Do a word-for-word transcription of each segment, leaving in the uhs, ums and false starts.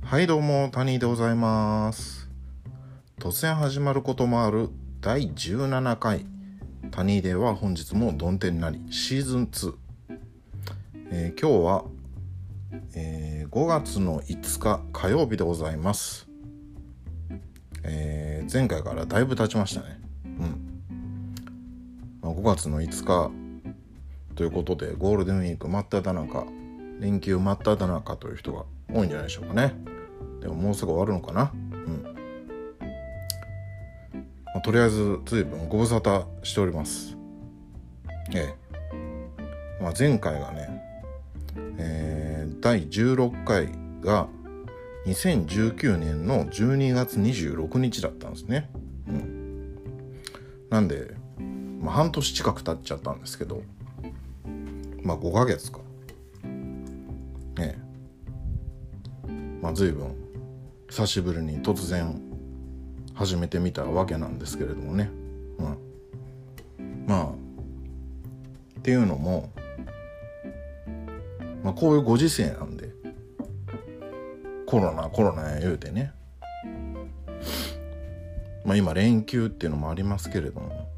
はいどうも、タニーでございます。突然始まることもあるだいじゅうななかいタニーデーは本日もどん天なりシーズンツー、えー、今日は、えー、ごがつのいつか火曜日でございます。えー、前回からだいぶ経ちましたね。うんまあ、ごがつのいつかということでゴールデンウィーク真っ只中、連休真っ只中という人が多いんじゃないでしょうかね。でももうすぐ終わるのかな。うんまあ、とりあえず随分ご無沙汰しております。ええまあ、前回がね、えー、だいじゅうろっかいがにせんじゅうきゅうねんのじゅうにがつにじゅうろくにちだったんですね。うん、なんで、まあ、半年近く経っちゃったんですけど、まあごかげつか。ええまあ随分久しぶりに突然始めてみたわけなんですけれどもね、うん、まあっていうのも、まあ、こういうご時世なんでコロナコロナ言うてね、まあ今連休っていうのもありますけれども、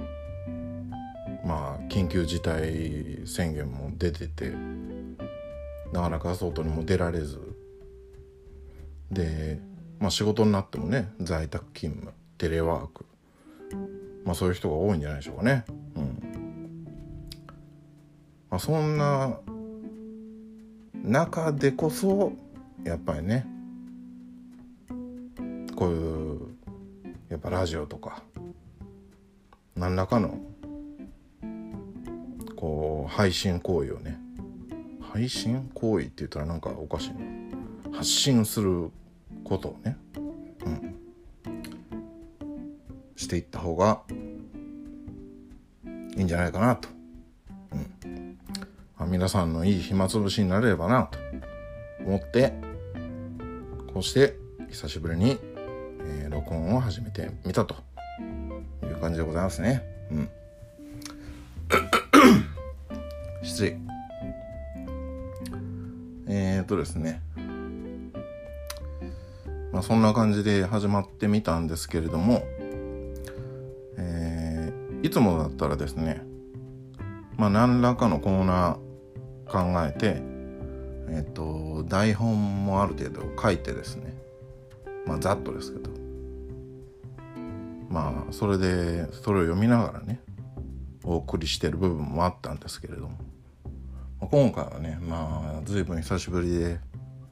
まあ緊急事態宣言も出ててなかなか外にも出られずで、まあ仕事になってもね在宅勤務、テレワーク、まあそういう人が多いんじゃないでしょうかね。うんまあ、そんな中でこそやっぱりねこういうやっぱラジオとか何らかのこう配信行為をね配信行為って言ったらなんかおかしいな発信することをね、うん、していった方がいいんじゃないかなと、うんまあ、皆さんのいい暇つぶしになれればなと思ってこうして久しぶりに、えー、録音を始めてみたという感じでございますね。うん失礼。えーとですねまあそんな感じで始まってみたんですけれども、えー、いつもだったらですねまあ何らかのコーナー考えてえっと台本もある程度書いてですね、まあざっとですけど、まあそれでそれを読みながらねお送りしてる部分もあったんですけれども、今回はねまあ随分久しぶりで、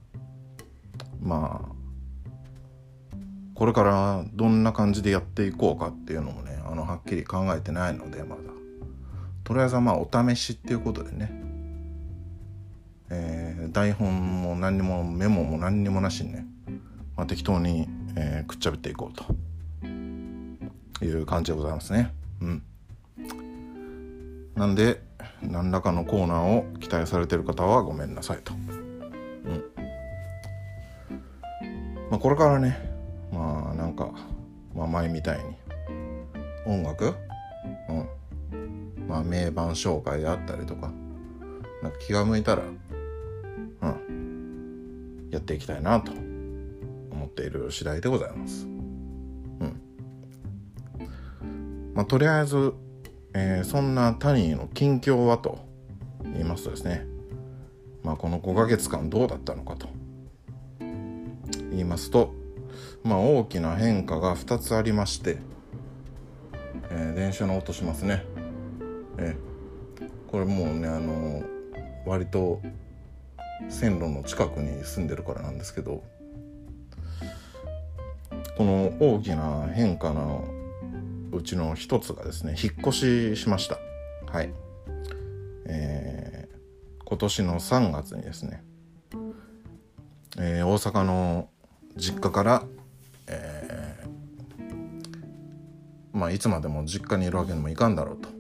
まあこれからどんな感じでやっていこうかっていうのもねあのはっきり考えてないので、まだとりあえずはまあお試しっていうことでね、えー、台本も何にもメモも何にもなしにね、まあ、適当に、えー、くっちゃべっていこうという感じでございますね。うんなんで何らかのコーナーを期待されている方はごめんなさいと。うんまあこれからねまあなんか、まあ、前みたいに音楽、うんまあ名盤紹介であったりとか、なんか気が向いたら、うん、やっていきたいなと思っている次第でございます。うんまあとりあえず、えー、そんなタニーの近況はと言いますとですね、まあこのごかげつかんどうだったのかと言いますと、まあ大きな変化がふたつありまして、えー、電車の音しますね。えー、これもうねあの割と線路の近くに住んでるからなんですけど、この大きな変化のうちの一つがですね引っ越ししました。はい、えー、今年のさんがつにですね、えー、大阪の実家からえー、まあいつまでも実家にいるわけにもいかんだろうと、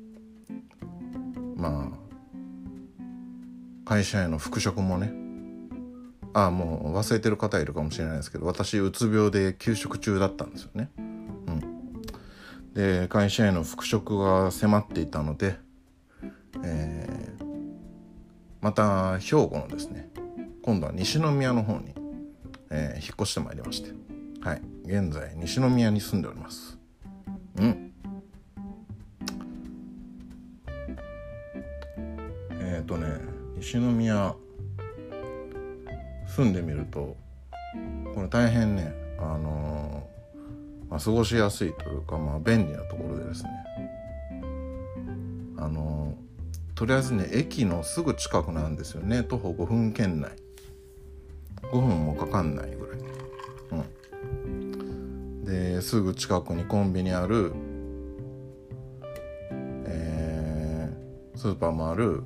まあ会社への復職もね、ああもう忘れてる方いるかもしれないですけど、私うつ病で休職中だったんですよね。うんで会社への復職が迫っていたので、えー、また兵庫のですね今度は西宮の方にえー、引っ越してまいりまして、はい、現在西宮に住んでおります。うんえっ、ー、とね西宮住んでみるとこれ大変ねあのーまあ、過ごしやすいというか、まあ、便利なところでですね、あのー、とりあえずね駅のすぐ近くなんですよね。徒歩ごふん圏内、ごふんもかかんないぐらい、うん、ですぐ近くにコンビニある、えー、スーパーもある。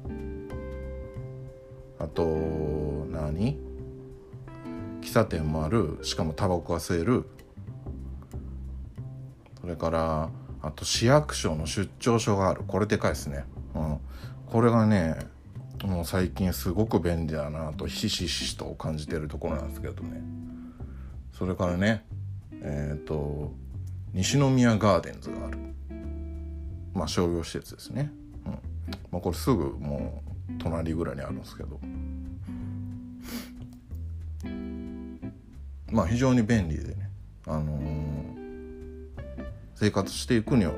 あと何喫茶店もある。しかもタバコが吸える。それからあと市役所の出張所がある。これでかいですね、うん、これがねもう最近すごく便利だなとひしひしと感じてるところなんですけどね。それからねえっ、ー、と西宮ガーデンズがある、まあ商業施設ですね、うんまあ、これすぐもう隣ぐらいにあるんですけど、まあ非常に便利でね、あのー、生活していくには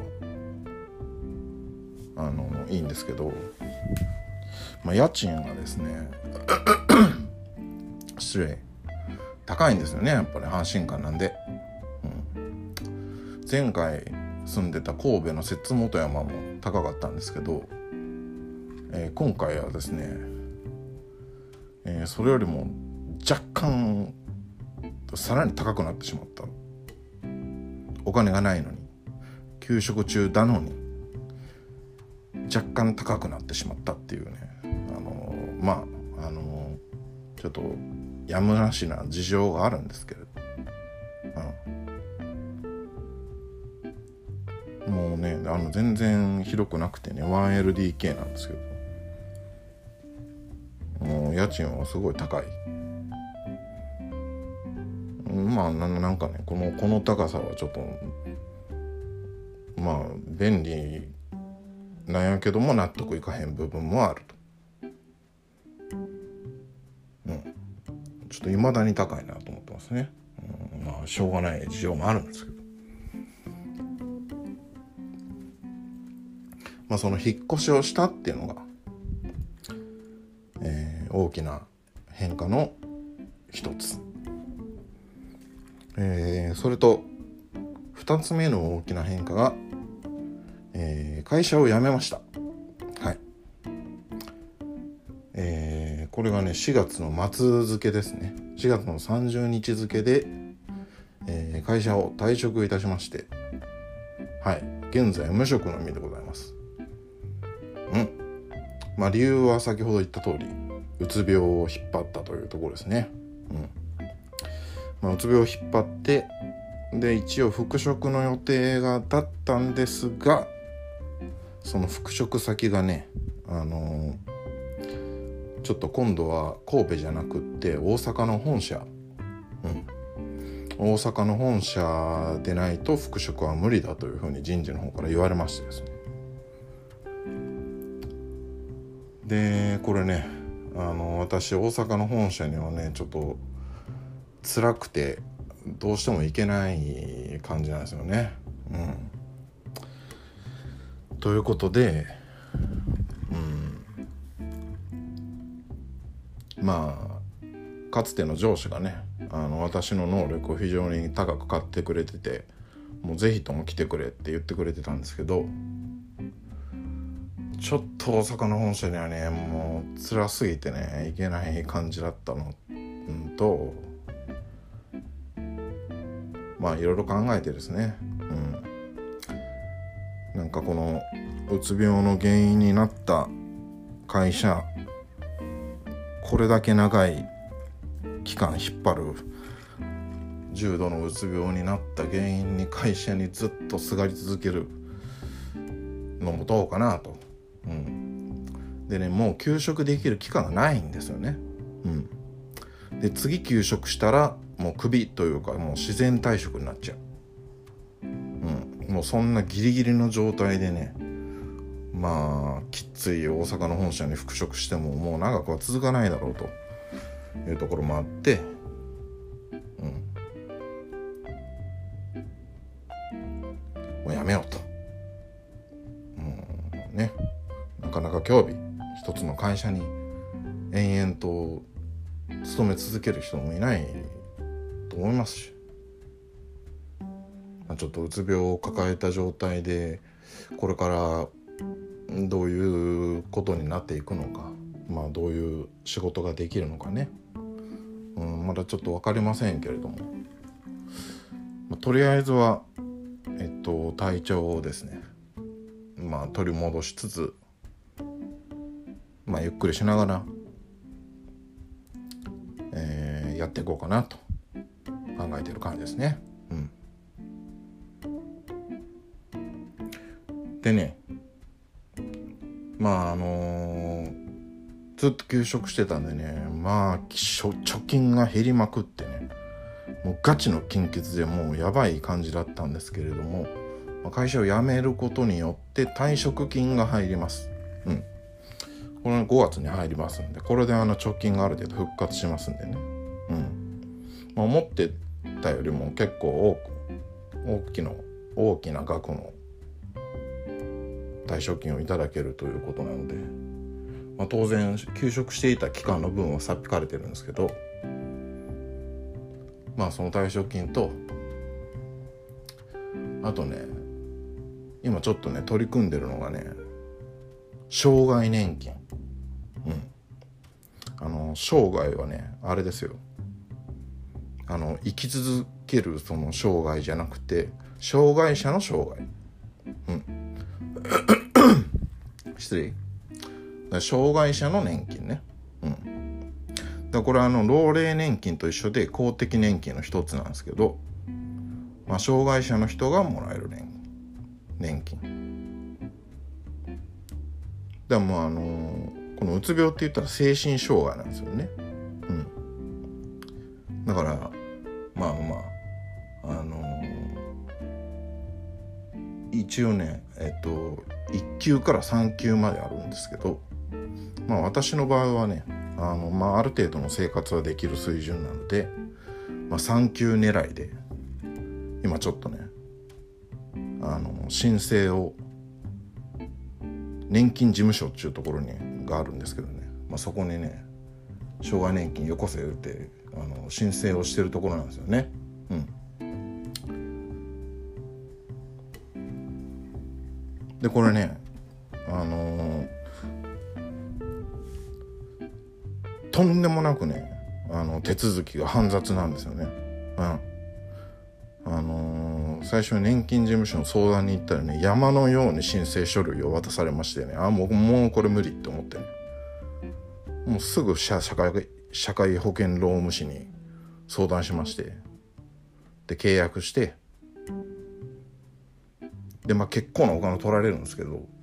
あのー、いいんですけど、まあ、家賃がですね失礼高いんですよね、やっぱり阪神間なんで、うん、前回住んでた神戸の摂本山も高かったんですけど、えー、今回はですね、えー、それよりも若干さらに高くなってしまった。お金がないのに給食中だのに若干高くなってしまったっていうね、あのー、まああのー、ちょっとやむなしな事情があるんですけれど、うん、もうねあの全然広くなくてね ワンエルディーケー なんですけど、もう家賃はすごい高い。まあなんかねこのこの高さはちょっとまあ便利なんやけども納得いかへん部分もあると、うん、ちょっと未だに高いなと思ってますね、うん、まあしょうがない事情もあるんですけど、まあその引っ越しをしたっていうのが、えー、大きな変化の一つ、えー、それと二つ目の大きな変化が、えー、会社を辞めました。はい、えー、これがねしがつの末付けですね。しがつのさんじゅうにち付で、えー、会社を退職いたしまして、はい、現在無職の身でございます。うん、まあ理由は先ほど言った通り、うつ病を引っ張ったというところですね。うん、まあ、うつ病を引っ張ってで一応復職の予定がだったんですが、その復職先がね、あのー、ちょっと今度は神戸じゃなくって大阪の本社、うん、大阪の本社でないと復職は無理だというふうに人事の方から言われましてですね。でこれね、あの私大阪の本社にはねちょっと辛くてどうしても行けない感じなんですよね。うん、ということで、うん、まあかつての上司がね、あの私の能力を非常に高く買ってくれてて、もうぜひとも来てくれって言ってくれてたんですけど、ちょっと大阪の本社にはねもう辛すぎてね行けない感じだったの、うん、とまあいろいろ考えてですね、うん、なんかこのうつ病の原因になった会社、これだけ長い期間引っ張る重度のうつ病になった原因に会社にずっとすがり続けるのもどうかなと、うん、でねもう休職できる期間がないんですよね、うん、で次休職したらもうクビというかもう自然退職になっちゃう、うん、もうそんなギリギリの状態でね、まあきつい大阪の本社に復職してももう長くは続かないだろうというところもあって、 もうやめようと、うんね、なかなか興味一つの会社に延々と勤め続ける人もいないと思いますし、ちょっとうつ病を抱えた状態でこれからどういうことになっていくのか、まあどういう仕事ができるのかね、うん、まだちょっと分かりませんけれども、まあ、とりあえずはえっと体調をですね、まあ取り戻しつつ、まあゆっくりしながら、えー、やっていこうかなと考えている感じですね。うん。でね、まああのー、ずっと休職してたんでね、まあ貯金が減りまくってね、もうガチの金欠でもうやばい感じだったんですけれども、会社を辞めることによって退職金が入ります。うん。これごがつに入りますんで、これであの貯金がある程度復活しますんでね。うん。まあ、思ってたよりも結構多く大きな大きな額の退職金をいただけるということなので、まあ、当然休職していた期間の分はさっ引かれてるんですけど、まあその退職金と、あとね、今ちょっとね取り組んでるのがね、生涯年金。うん。あの生涯はねあれですよ。あの生き続けるその生涯じゃなくて、障害者の生涯。うん。失礼。障害者の年金ね。うん。だこれはあの老齢年金と一緒で公的年金の一つなんですけど、まあ、障害者の人がもらえる年金。年金。だからもうあのー、このうつ病って言ったら精神障害なんですよね。うん。だからまあまああのー、一応ねえっといっ級からさん級まであるんですけど、まあ私の場合はね、あのまあある程度の生活はできる水準なので、まあさん級狙いで今ちょっとね、あの申請を年金事務所っていうところにがあるんですけどね、まあ、そこにね障害年金よこせってあの申請をしてるところなんですよね。うん。でこれね、あのー、とんでもなくね、あの手続きが煩雑なんですよね。うん。あのー、最初に年金事務所の相談に行ったらね、山のように申請書類を渡されましてね、あもうもうこれ無理って思ってね、もうすぐ社会社会保険労務士に相談しまして、で契約して、でまあ結構なお金取られるんですけど、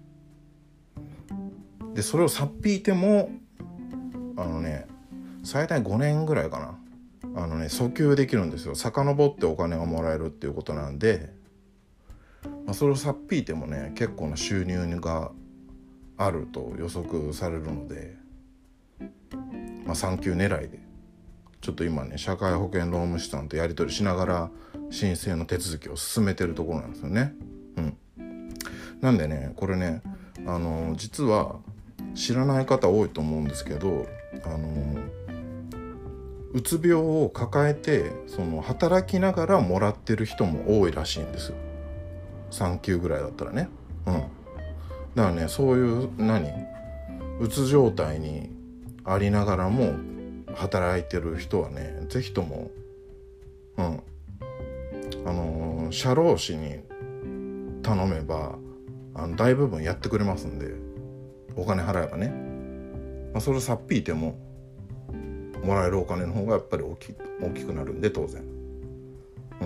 でそれをさっぴいてもあのね最大ごねんぐらいかな、あのね訴求できるんですよ。遡ってお金がもらえるっていうことなんで、まあ、それをさっぴいてもね結構な収入があると予測されるので、まあ、さん級狙いでちょっと今ね社会保険労務士さんとやり取りしながら申請の手続きを進めてるところなんですよね。うん。なんでねこれね、あの実は知らない方多いと思うんですけど、あのうつ病を抱えてその働きながらもらってる人も多いらしいんですよ。さん級ぐらいだったらね。うん。だからねそういう何うつ状態にありながらも働いてる人はねぜひとも、うん、あのー、社労士に頼めばあの大部分やってくれますんで、お金払えばね、まあ、それをさっぴいてももらえるお金の方がやっぱり大き大きくなるんで当然、うん、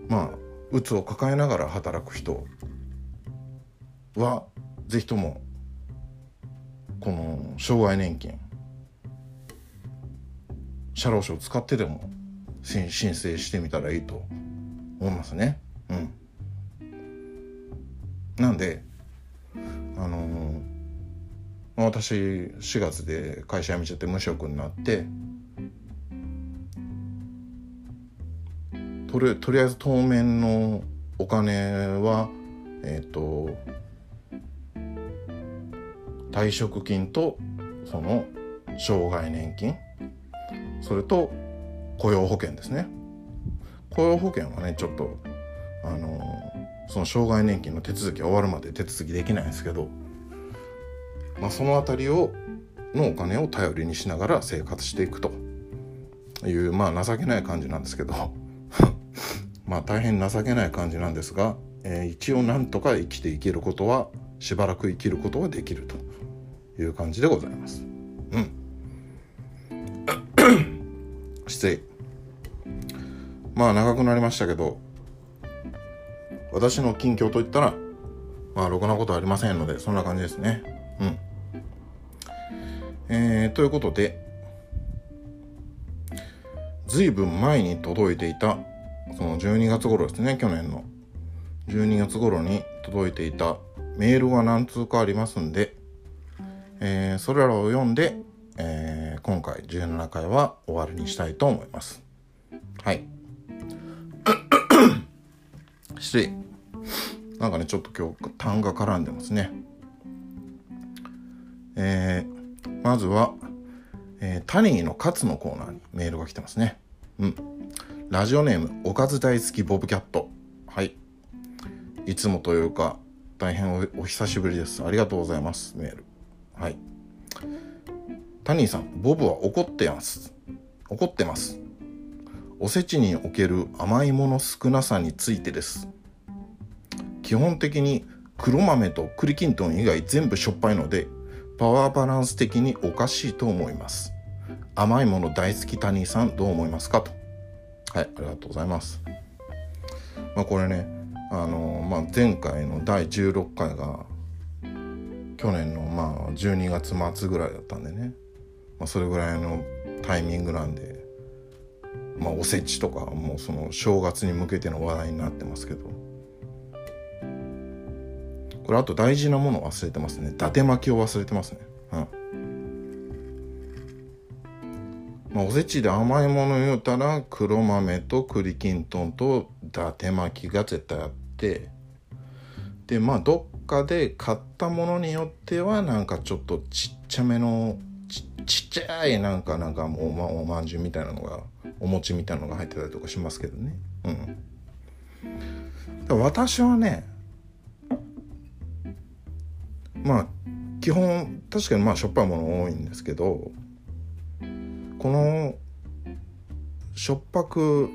まあうつを抱えながら働く人はぜひともこの障害年金社労士を使ってでも申請してみたらいいと思いますね。うん。なんであのー、私しがつで会社辞めちゃって無職になって、とり、とりあえず当面のお金はえっと退職金とその障害年金、それと雇用保険ですね。雇用保険はねちょっとあのその障害年金の手続きが終わるまで手続きできないんですけど、まあ、そのあたりをのお金を頼りにしながら生活していくという、まあ情けない感じなんですけどまあ大変情けない感じなんですが、えー、一応なんとか生きていけることは、しばらく生きることはできるという感じでございます。うん失礼。まあ長くなりましたけど、私の近況といったらまあろくなことはありませんので、そんな感じですね。うんえー、ということで、ずいぶん前に届いていたそのじゅうにがつ頃ですね、去年のじゅうにがつ頃に届いていたメールが何通かありますんで、えー、それらを読んで、えー、今回じゅうななかいは終わりにしたいと思います。はい失礼。なんかねちょっと今日痰が絡んでますね。えー、まずは、えー、タニーのカツのコーナーにメールが来てますね。うんラジオネームおかず大好きボブキャット。はいいつもというか大変 お, お久しぶりです。ありがとうございますメール。はい。タニーさん、ボブは怒ってます怒ってますおせちにおける甘いもの少なさについてです。基本的に黒豆と栗きんとん以外全部しょっぱいので、パワーバランス的におかしいと思います。甘いもの大好きタニーさん、どう思いますかと。はい、ありがとうございます。まあこれね、あのー、まあ前回のだいじゅうろっかいが去年のまあじゅうにがつ末ぐらいだったんでね、まあ、それぐらいのタイミングなんで、まあおせちとかもうその正月に向けての話題になってますけど、これあと大事なもの忘れてますね。伊達巻きを忘れてますね。うんまあ、おせちで甘いもの言うたら黒豆と栗きんとんと伊達巻きが絶対あって、でまあどっかで買ったものによってはなんかちょっとちっちゃめの ち, ちっちゃいなんかなんかもう お, まおまんじゅうみたいなのが、お餅みたいなのが入ってたりとかしますけどね。うん私はね、まあ基本確かにまあしょっぱいもの多いんですけど、このしょっぱく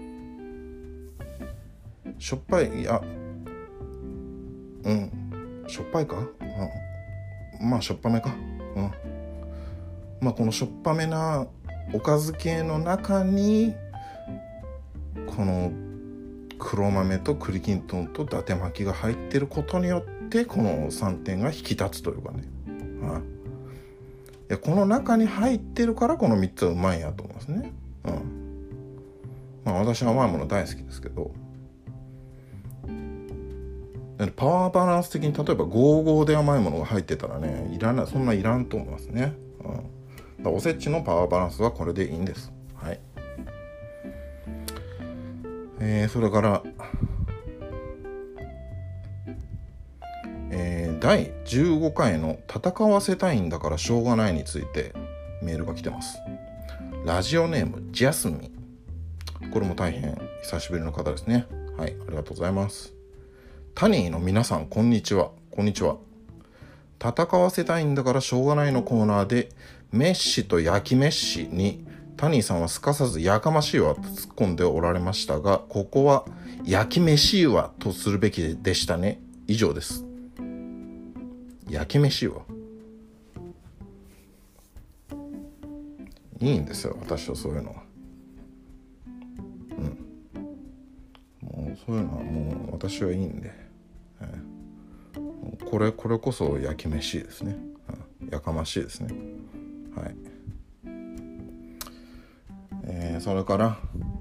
しょっぱいいやうんしょっぱいか、うん、まあしょっぱめか、うんまあこのしょっぱめなおかず系の中にこの黒豆と栗きんとんと伊達巻きが入ってることによってこのさんてんが引き立つというかね、うん、いやこの中に入ってるからこのみっつはうまいやと思いますね。うんまあ私は甘いもの大好きですけど、パワーバランス的に例えばゴーゴーで甘いものが入ってたらね、いらない、そんないらんと思いますね。うん、だからおせちのパワーバランスはこれでいいんです。はい。えー、それから、えー、だいじゅうごかいの戦わせたいんだからしょうがないについてメールが来てます。ラジオネームジャスミン。これも大変久しぶりの方ですね。はい、ありがとうございます。タニーの皆さんこんにちは。こんにちは。戦わせたいんだからしょうがないのコーナーでメッシと焼きメッシにタニーさんはすかさずやかましいわと突っ込んでおられましたが、ここは焼き飯わとするべきでしたね。以上です。焼き飯わいいんですよ、私はそういうのは。うんもうそういうのはもう私はいいんで、えー、これこれこそ焼き飯ですね、うん、やかましいですね。はい。えー、それから、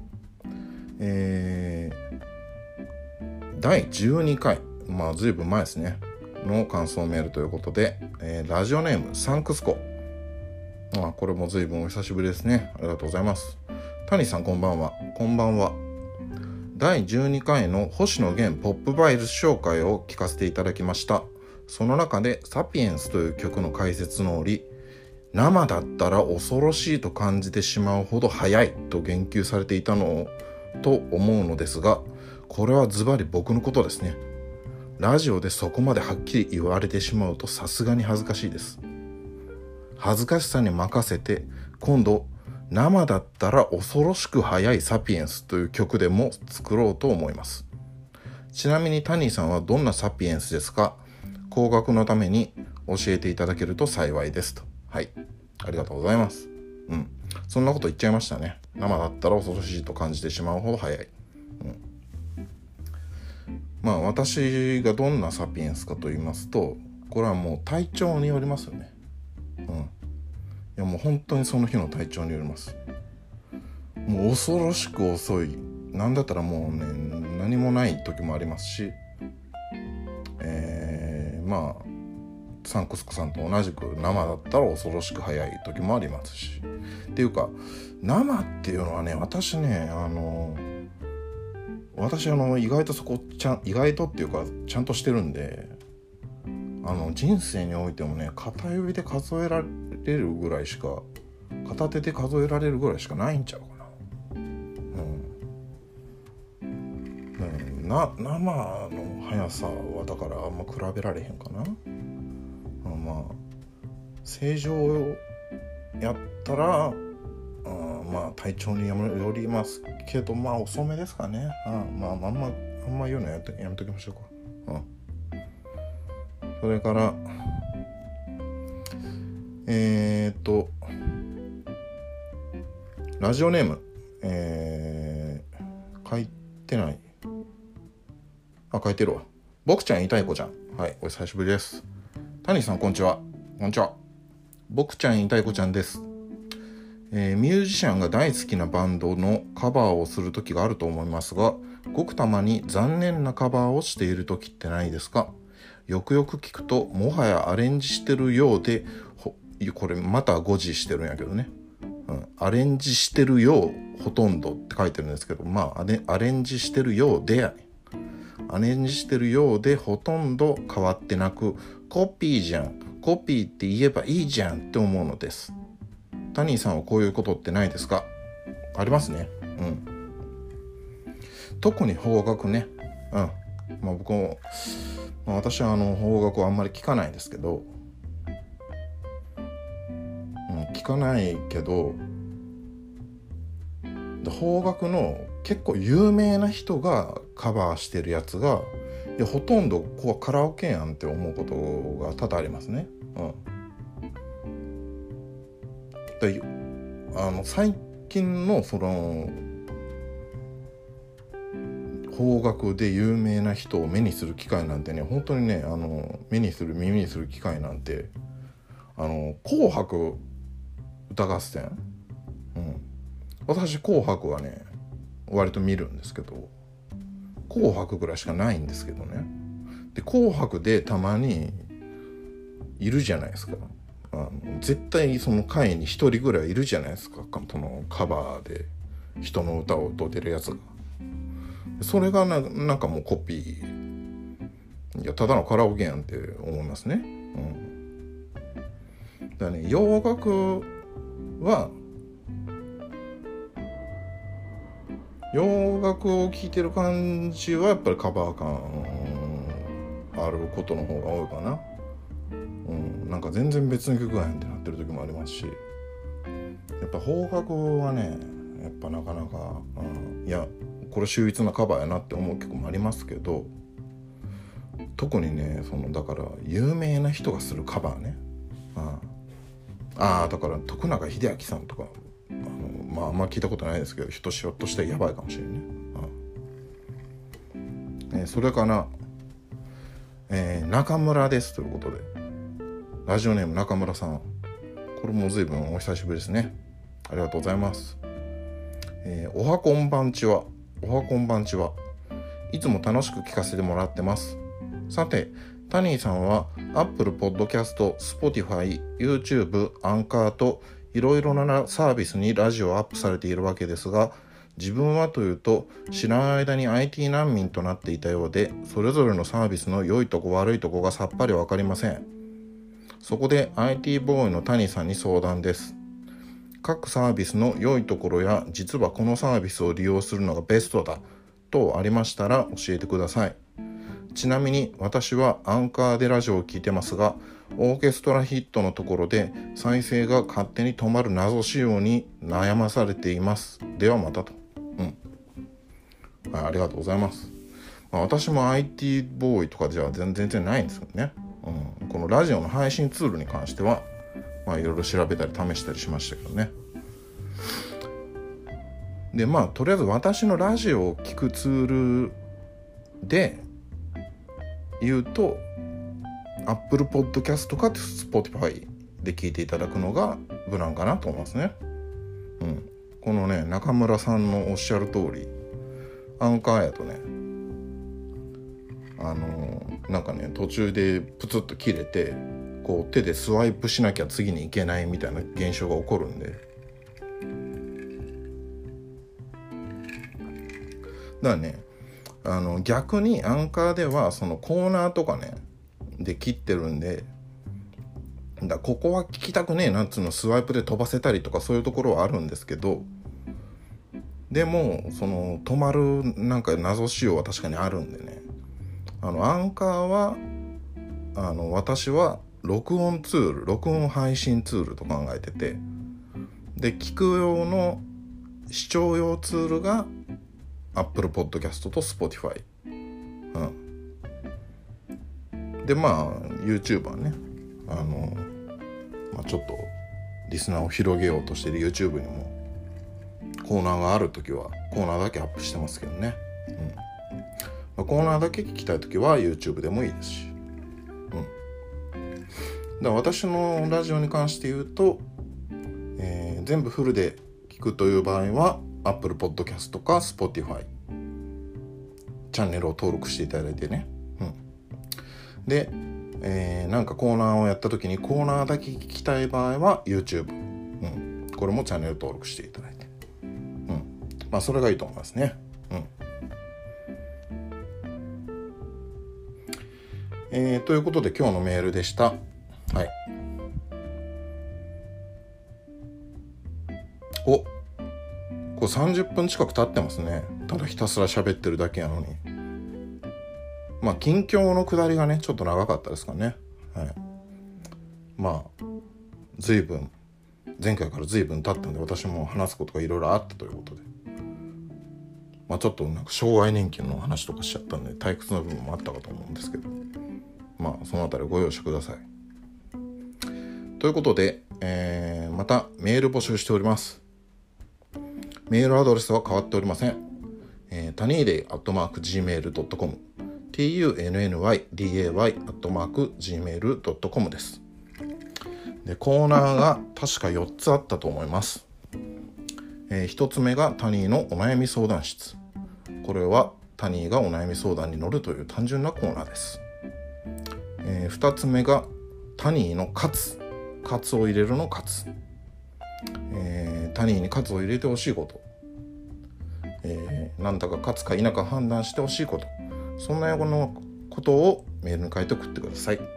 えー、だいじゅうにかい、まあずいぶん前ですねの感想メールということで、えー、ラジオネームサンクスコ。あ、これもずいぶんお久しぶりですね。ありがとうございます。谷さんこんばんは。こんばんは。 だいじゅうにかいの星野源ポップバイブス紹介を聞かせていただきました。その中でサピエンスという曲の解説の折、生だったら恐ろしいと感じてしまうほど速いと言及されていたのと思うのですが、これはズバリ僕のことですね。ラジオでそこまではっきり言われてしまうとさすがに恥ずかしいです。恥ずかしさに任せて今度生だったら恐ろしく速いサピエンスという曲でも作ろうと思います。ちなみにタニーさんはどんなサピエンスですか？高額のために教えていただけると幸いですと。はい、ありがとうございます。うん、そんなこと言っちゃいましたね。生だったら恐ろしいと感じてしまうほど速い。うん、まあ私がどんなサピエンスかと言いますと、これはもう体調によりますよね。うん、いやもう本当にその日の体調によります。もう恐ろしく遅い、なんだったらもうね何もない時もありますし、えー、まあサンクスクさんと同じく生だったら恐ろしく早い時もありますし、っていうか生っていうのはね、私ねあの私あの意外とそこちゃん意外とっていうかちゃんとしてるんで、あの人生においてもね片指で数えられるぐらいしか片手で数えられるぐらいしかないんちゃうかな。うん、ね、な生の速さはだからあんま比べられへんかな。まあ正常やったら、うん、まあ体調によりますけど、まあ遅めですかね。あまああんまあんま言うのや, やめときましょうか。うん、それからえー、っとラジオネーム、えー、書いてない。あ、書いてるわ。僕ちゃんいたい子ちゃん。はい、お久しぶりです。タニーさんこんにちは。こんにちは。僕ちゃんいたい子ちゃんです。えー、ミュージシャンが大好きなバンドのカバーをする時があると思いますが、ごくたまに残念なカバーをしている時ってないですか？よくよく聞くともはやアレンジしてるようで、これまた誤字してるんやけどね、うん、アレンジしてるようほとんどって書いてるんですけど、まあアレ、アレンジしてるようでやね。アレンジしてるようでほとんど変わってなく、コピーじゃん、コピーって言えばいいじゃんって思うのです。タニーさんはこういうことってないですか？ありますね。うん。特に邦楽ね。うん。まあ僕も、まあ、私はあの邦楽はあんまり聞かないですけど、うん、聞かないけど、邦楽の結構有名な人がカバーしてるやつが、いやほとんどこうカラオケやんって思うことが多々ありますね。うん。で、あの最近のその邦楽で有名な人を目にする機会なんてね、本当にね、あの目にする耳にする機会なんて、あの紅白歌合戦、うん、私紅白はね割と見るんですけど、紅白ぐらいしかないんですけどね。で紅白でたまにいるじゃないですか。あの絶対その回に一人ぐらいいるじゃないですか、そのカバーで人の歌を歌ってるやつが。それが な, なんかもうコピー、いやただのカラオケやんって思いますね。うん、だからね、洋楽は洋楽を聴いてる感じはやっぱりカバー感あることの方が多いかな。うん、なんか全然別の曲がやんってなってる時もありますし、やっぱ邦楽はねやっぱなかなか、うん、いやこれ秀逸なカバーやなって思う曲もありますけど、特にねそのだから有名な人がするカバーね、あああだから徳永英明さんとか、あのまああんま聞いたことないですけど、ひとしおっとしたらやばいかもしれんね。ああ、えー、それから、えー、中村ですということで、ラジオネーム中村さん、これも随分お久しぶりですね。ありがとうございます。えー、おはこんばんちはおはこんばんちはいつも楽しく聞かせてもらってます。さてタニーさんは Apple Podcast、Spotify、YouTube、アンカーといろいろなサービスにラジオをアップされているわけですが、 自分はというと知らない間に アイティー 難民となっていたようで、それぞれのサービスの良いとこ悪いとこがさっぱり分かりません。そこで アイティー ボーイの谷さんに相談です。各サービスの良いところや、実はこのサービスを利用するのがベストだとありましたら教えてください。ちなみに私はアンカーでラジオを聞いてますが、オーケストラヒットのところで再生が勝手に止まる謎仕様に悩まされています。ではまたと。うん。あ、ありがとうございます。まあ、私も アイティー ボーイとかじゃ全然ないんですけどね。うん、このラジオの配信ツールに関しては、まあいろいろ調べたり試したりしましたけどね。で、まあとりあえず私のラジオを聞くツールで言うと、Apple Podcast か Spotify で聞いていただくのが無難かなと思いますね。うん。このね、中村さんのおっしゃる通り、アンカーやとね、あのー、なんかね、途中でプツッと切れて、こう手でスワイプしなきゃ次に行けないみたいな現象が起こるんで、だからね、あの逆にアンカーではそのコーナーとかねで切ってるんで、だここは聞きたくねえなっつうのスワイプで飛ばせたりとかそういうところはあるんですけど、でもその止まるなんか謎仕様は確かにあるんでね、あのアンカーはあの私は録音ツール、録音配信ツールと考えてて、で聞く用の視聴用ツールが Apple Podcast と Spotify、うん、でまあ YouTube はね、あの、まあ、ちょっとリスナーを広げようとしてる YouTube にもコーナーがあるときはコーナーだけアップしてますけどね、うんまあ、コーナーだけ聞きたいときは YouTube でもいいですし、だから私のラジオに関して言うと、えー、全部フルで聞くという場合は Apple Podcast とか Spotify チャンネルを登録していただいてね、うん、で、えー、なんかコーナーをやった時にコーナーだけ聞きたい場合は YouTube、うん、これもチャンネル登録していただいて、うん、まあそれがいいと思いますね、うんえー、ということで今日のメールでした。はい。お、これさんじゅっぷん近く経ってますね。ただひたすら喋ってるだけやのに。まあ近況の下りがねちょっと長かったですかね。はい。まあ随分前回から随分経ったんで私も話すことがいろいろあったということで、まあちょっとなんか障害年金の話とかしちゃったんで退屈な部分もあったかと思うんですけど、まあそのあたりご容赦ください。ということで、えー、またメール募集しております。メールアドレスは変わっておりません。えー、タニーデイアットマーク ジーメールドットコム ティーユーエヌエヌワイディーエーワイ アットマーク ジーメールドットコム です。で、コーナーが確かよっつあったと思います。えー、ひとつめがタニーのお悩み相談室。これはタニーがお悩み相談に乗るという単純なコーナーです。えー、ふたつめがタニーのカツ。カツを入れるのカツ、えー、タニーにカツを入れてほしいこと、えー、なんだかカツか否か判断してほしいこと、そんなようなことをメールに書いて送ってください。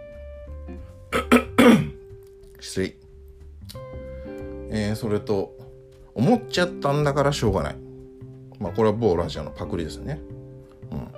失礼、えー、それと思っちゃったんだからしょうがない、まあこれは某ラジオのパクリですね。うん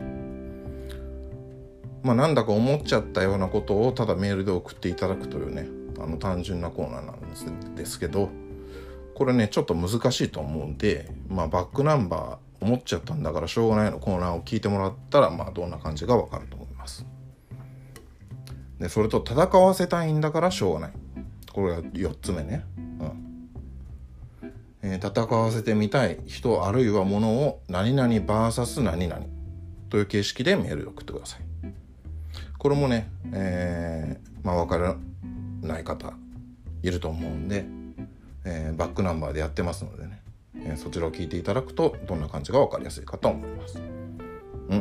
まあなんだか思っちゃったようなことをただメールで送っていただくというね、あの単純なコーナーなんです、ですけど、これねちょっと難しいと思うんで、まあバックナンバー思っちゃったんだからしょうがないのコーナーを聞いてもらったら、まあどんな感じがわかると思います。でそれと戦わせたいんだからしょうがない、これがよっつめね、うんえー、戦わせてみたい人あるいはものを何々 ブイエス 何々という形式でメールを送ってください。これもね、えー、まあ分からない方いると思うんで、えー、バックナンバーでやってますのでね、えー、そちらを聞いていただくとどんな感じが分かりやすいかと思います。うん。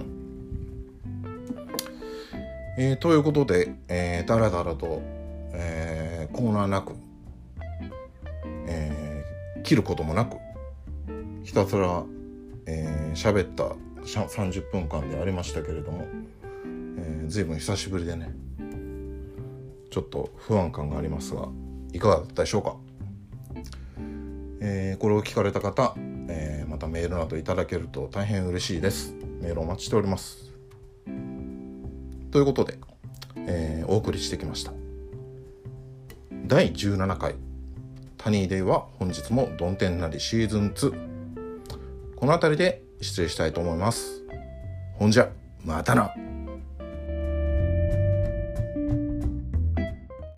えー、ということで、えー、だらだらと、えー、コーナーなく、えー、切ることもなくひたすらえー、喋ったさんじゅっぷんかんでありましたけれども、えー、随分久しぶりでねちょっと不安感がありますがいかがだったでしょうか。えー、これを聞かれた方、えー、またメールなどいただけると大変嬉しいです。メールお待ちしております。ということで、えー、お送りしてきましただいじゅうななかいタニーデイは本日もどん天なりシーズンツー、この辺りで失礼したいと思います。ほんじゃまたな。